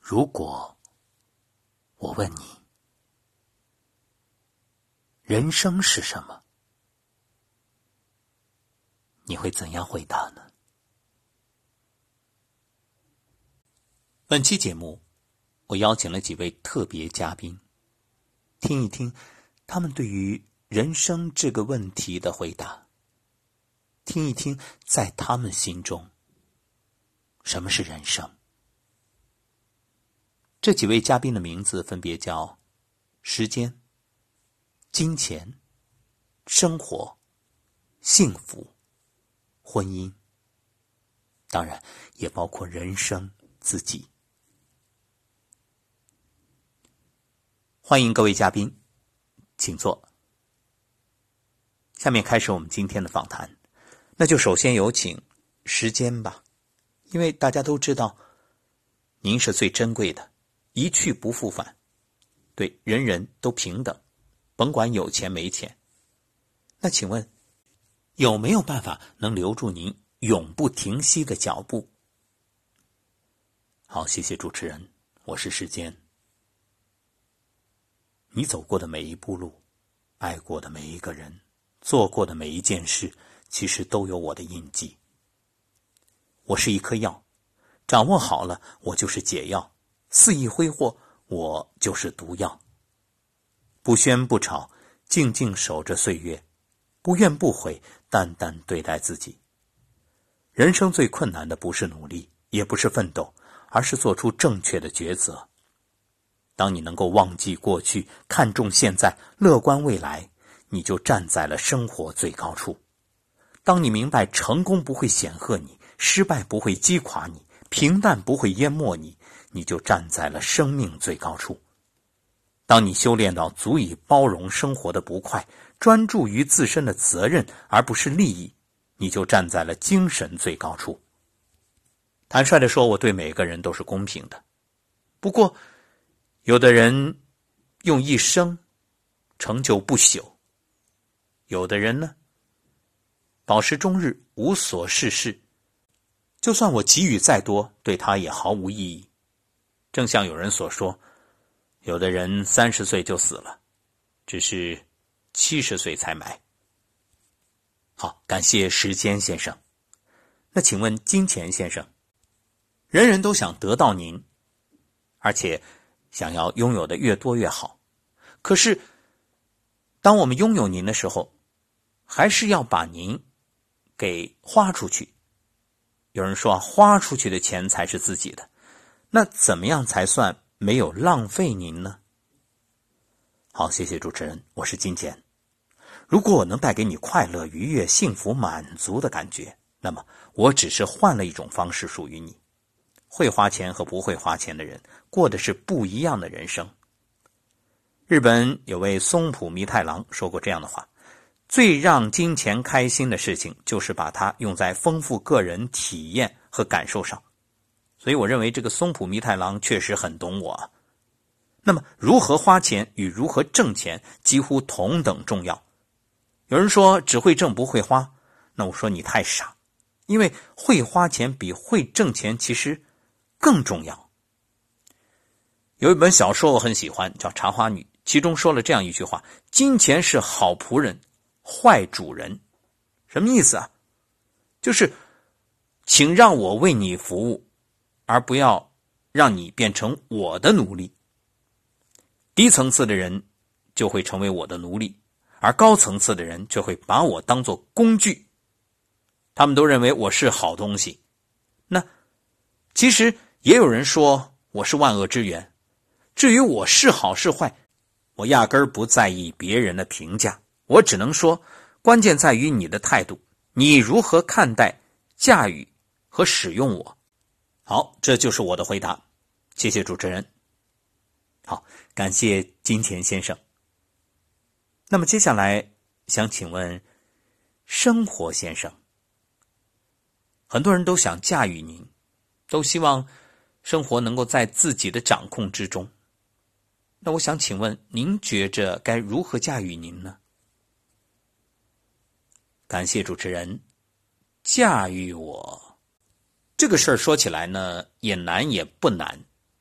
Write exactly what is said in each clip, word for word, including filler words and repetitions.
如果我问你，人生是什么？你会怎样回答呢？本期节目，我邀请了几位特别嘉宾，听一听他们对于人生这个问题的回答，听一听在他们心中，什么是人生？这几位嘉宾的名字分别叫时间、金钱、生活、幸福、婚姻，当然也包括人生自己。欢迎各位嘉宾，请坐。下面开始我们今天的访谈，那就首先有请时间吧，因为大家都知道，您是最珍贵的，一去不复返，对人人都平等，甭管有钱没钱。那请问，有没有办法能留住您永不停息的脚步？好，谢谢主持人，我是时间。你走过的每一步路，爱过的每一个人，做过的每一件事，其实都有我的印记。我是一颗药，掌握好了，我就是解药；肆意挥霍，我就是毒药。不喧不吵，静静守着岁月，不怨不悔，淡淡对待自己。人生最困难的不是努力，也不是奋斗，而是做出正确的抉择。当你能够忘记过去，看重现在，乐观未来，你就站在了生活最高处。当你明白成功不会显赫你，失败不会击垮你，平淡不会淹没你，你就站在了生命最高处。当你修炼到足以包容生活的不快，专注于自身的责任而不是利益，你就站在了精神最高处。坦率地说，我对每个人都是公平的。不过有的人用一生成就不朽，有的人呢，保持终日无所事事，就算我给予再多，对他也毫无意义。正像有人所说，有的人三十岁就死了，只是七十岁才埋。好，感谢时间先生。那请问金钱先生，人人都想得到您，而且想要拥有的越多越好。可是当我们拥有您的时候，还是要把您给花出去。有人说，花出去的钱才是自己的。那怎么样才算没有浪费您呢？好，谢谢主持人，我是金钱。如果我能带给你快乐、愉悦、幸福、满足的感觉，那么我只是换了一种方式属于你。会花钱和不会花钱的人过的是不一样的人生。日本有位松浦弥太郎说过这样的话，最让金钱开心的事情就是把它用在丰富个人体验和感受上。所以我认为这个松浦弥太郎确实很懂我啊。那么如何花钱与如何挣钱几乎同等重要。有人说只会挣不会花，那我说你太傻，因为会花钱比会挣钱其实更重要。有一本小说我很喜欢，叫《茶花女》，其中说了这样一句话：金钱是好仆人，坏主人。什么意思啊？就是请让我为你服务，而不要让你变成我的奴隶。低层次的人就会成为我的奴隶，而高层次的人却会把我当作工具。他们都认为我是好东西。那其实也有人说我是万恶之源。至于我是好是坏，我压根儿不在意别人的评价。我只能说，关键在于你的态度，你如何看待、驾驭和使用我。好，这就是我的回答。谢谢主持人。好，感谢金钱先生。那么接下来想请问生活先生，很多人都想驾驭您，都希望生活能够在自己的掌控之中。那我想请问，您觉着该如何驾驭您呢？感谢主持人。驾驭我这个事儿说起来呢，也难也不难。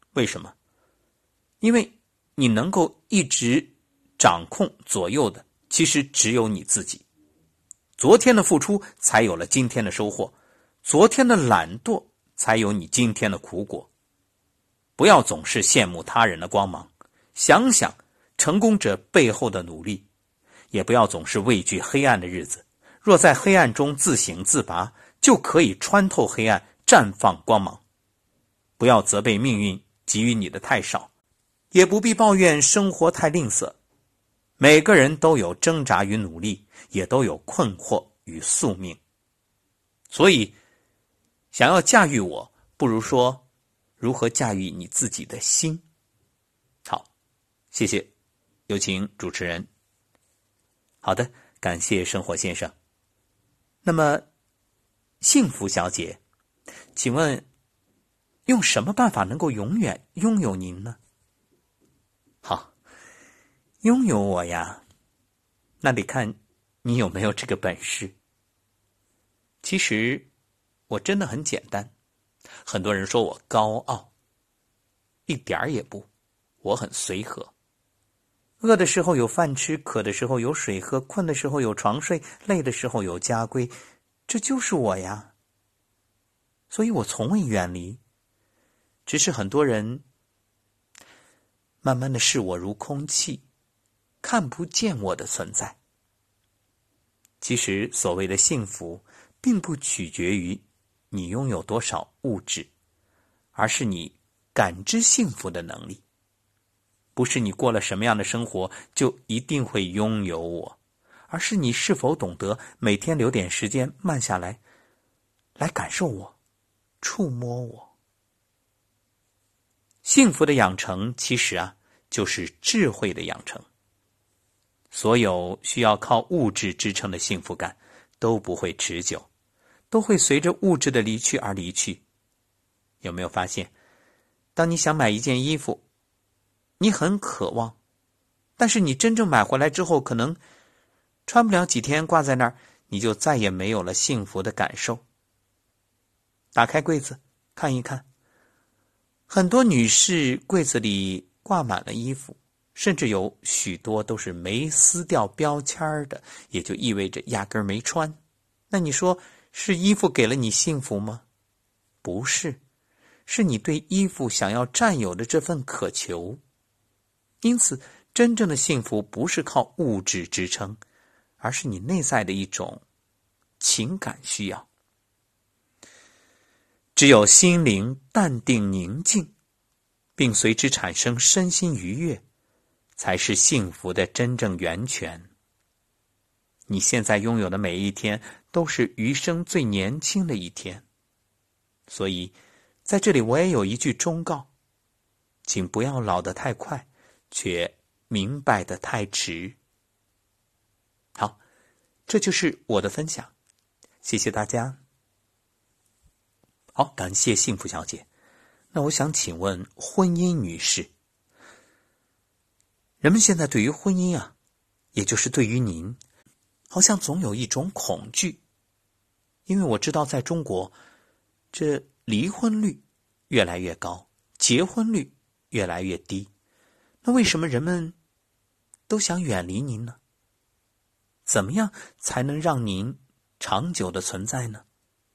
为什么？因为你能够一直掌控左右的，其实只有你自己。昨天的付出才有了今天的收获，昨天的懒惰才有你今天的苦果。不要总是羡慕他人的光芒，想想成功者背后的努力，也不要总是畏惧黑暗的日子。若在黑暗中自省自拔，就可以穿透黑暗，绽放光芒。不要责备命运给予你的太少，也不必抱怨生活太吝啬。每个人都有挣扎与努力，也都有困惑与宿命。所以想要驾驭我，不如说如何驾驭你自己的心。好，谢谢，有请主持人。好的，感谢生活先生。那么幸福小姐，请问用什么办法能够永远拥有您呢？好，拥有我呀，那得看你有没有这个本事。其实我真的很简单，很多人说我高傲，一点儿也不，我很随和。饿的时候有饭吃，渴的时候有水喝，困的时候有床睡，累的时候有家归，这就是我呀。所以我从未远离，只是很多人慢慢的视我如空气，看不见我的存在。其实所谓的幸福并不取决于你拥有多少物质，而是你感知幸福的能力。不是你过了什么样的生活就一定会拥有我，而是你是否懂得每天留点时间慢下来，来感受我，触摸我。幸福的养成其实啊，就是智慧的养成。所有需要靠物质支撑的幸福感都不会持久，都会随着物质的离去而离去。有没有发现，当你想买一件衣服，你很渴望，但是你真正买回来之后，可能穿不了几天，挂在那儿，你就再也没有了幸福的感受。打开柜子看一看，很多女士柜子里挂满了衣服，甚至有许多都是没撕掉标签的，也就意味着压根儿没穿。那你说是衣服给了你幸福吗？不是，是你对衣服想要占有的这份渴求。因此真正的幸福不是靠物质支撑，而是你内在的一种情感需要。只有心灵淡定宁静，并随之产生身心愉悦，才是幸福的真正源泉。你现在拥有的每一天都是余生最年轻的一天。所以在这里我也有一句忠告，请不要老得太快，却明白得太迟。好，这就是我的分享，谢谢大家。好，感谢幸福小姐。那我想请问婚姻女士，人们现在对于婚姻啊，也就是对于您，好像总有一种恐惧。因为我知道在中国，这离婚率越来越高，结婚率越来越低。那为什么人们都想远离您呢？怎么样才能让您长久的存在呢？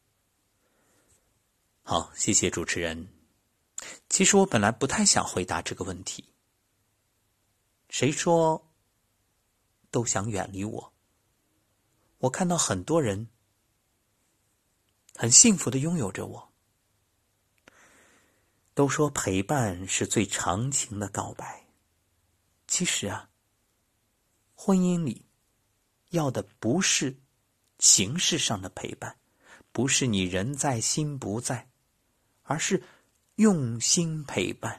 好，谢谢主持人。其实我本来不太想回答这个问题。谁说都想远离我？我看到很多人很幸福的拥有着我。都说陪伴是最长情的告白。其实啊，婚姻里要的不是形式上的陪伴，不是你人在心不在，而是用心陪伴。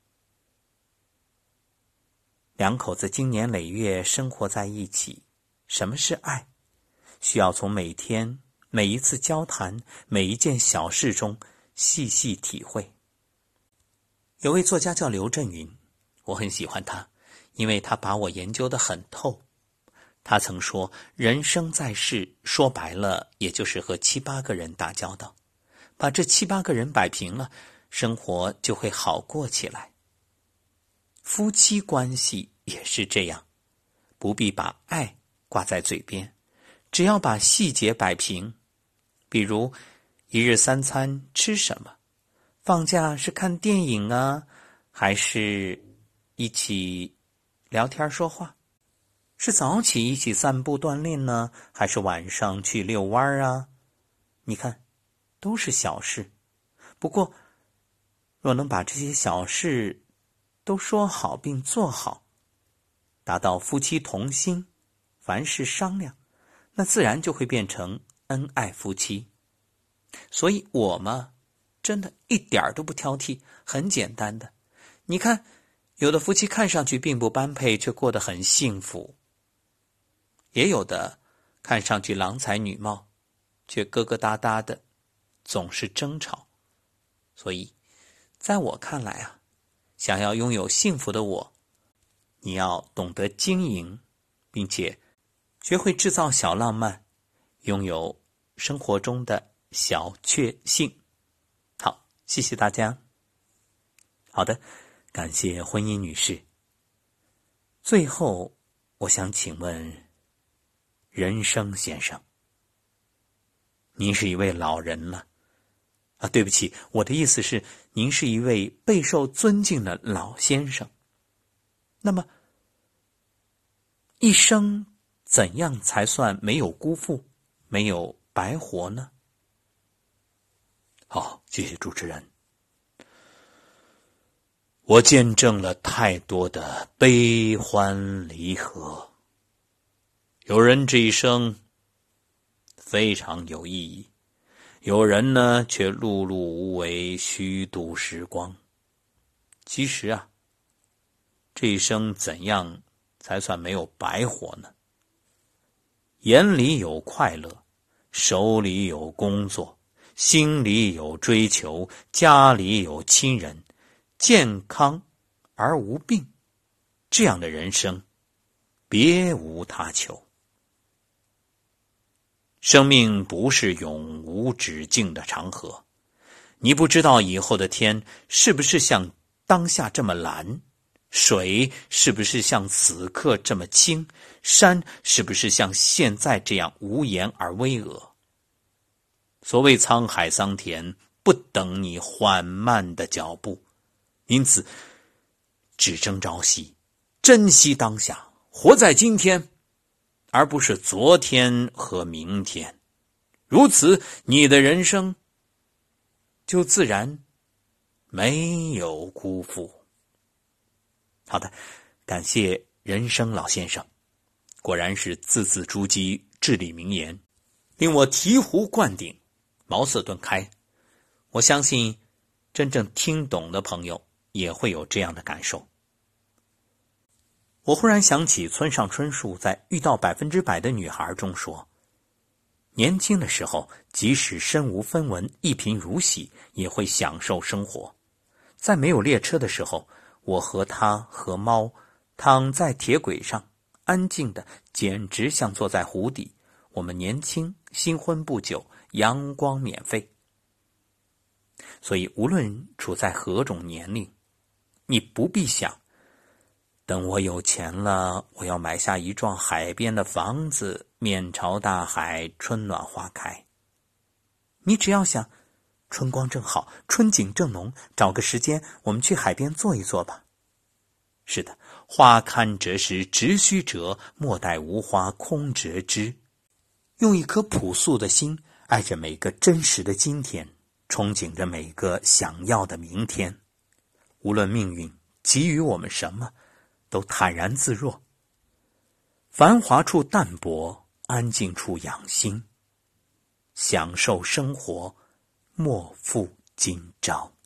两口子经年累月生活在一起，什么是爱？需要从每天每一次交谈每一件小事中细细体会。有位作家叫刘震云，我很喜欢他，因为他把我研究得很透。他曾说，人生在世，说白了也就是和七八个人打交道，把这七八个人摆平了， 生活就会好过起来。夫妻关系也是这样，不必把爱挂在嘴边，只要把细节摆平，比如一日三餐吃什么，放假是看电影啊，还是一起聊天说话，是早起一起散步锻炼呢，还是晚上去遛弯啊？你看，都是小事。不过若能把这些小事都说好并做好，达到夫妻同心，凡事商量，那自然就会变成恩爱夫妻。所以我嘛，真的一点都不挑剔，很简单的。你看，有的夫妻看上去并不般配，却过得很幸福；也有的看上去郎才女貌，却疙疙瘩瘩的，总是争吵。所以在我看来啊，想要拥有幸福的我，你要懂得经营，并且学会制造小浪漫，拥有生活中的小确幸。好，谢谢大家。好的，感谢婚姻女士。最后我想请问人生先生，您是一位老人了啊，对不起，我的意思是您是一位备受尊敬的老先生。那么一生怎样才算没有辜负，没有白活呢？好，谢谢主持人。我见证了太多的悲欢离合，有人这一生非常有意义，有人呢却碌碌无为，虚度时光。其实啊，这一生怎样才算没有白活呢？眼里有快乐，手里有工作，心里有追求，家里有亲人，健康而无病，这样的人生别无他求。生命不是永无止境的长河，你不知道以后的天是不是像当下这么蓝，水是不是像此刻这么清，山是不是像现在这样无言而巍峨。所谓沧海桑田，不等你缓慢的脚步，因此只争朝夕，珍惜当下，活在今天，而不是昨天和明天。如此，你的人生就自然没有辜负。好的，感谢人生老先生，果然是字字珠玑，至理名言，令我醍醐灌顶，茅塞顿开。我相信真正听懂的朋友也会有这样的感受。我忽然想起村上春树在《遇到百分之百的女孩》中说，年轻的时候即使身无分文，一贫如洗，也会享受生活。在没有列车的时候，我和他和猫躺在铁轨上，安静的简直像坐在湖底。我们年轻，新婚不久，阳光免费。所以无论处在何种年龄，你不必想等我有钱了，我要买下一幢海边的房子，面朝大海，春暖花开。你只要想春光正好，春景正浓，找个时间我们去海边坐一坐吧。是的，花堪折时直须折，莫待无花空折枝。用一颗朴素的心，爱着每个真实的今天，憧憬着每个想要的明天。无论命运给予我们什么，都坦然自若。繁华处淡泊，安静处养心，享受生活，莫负今朝。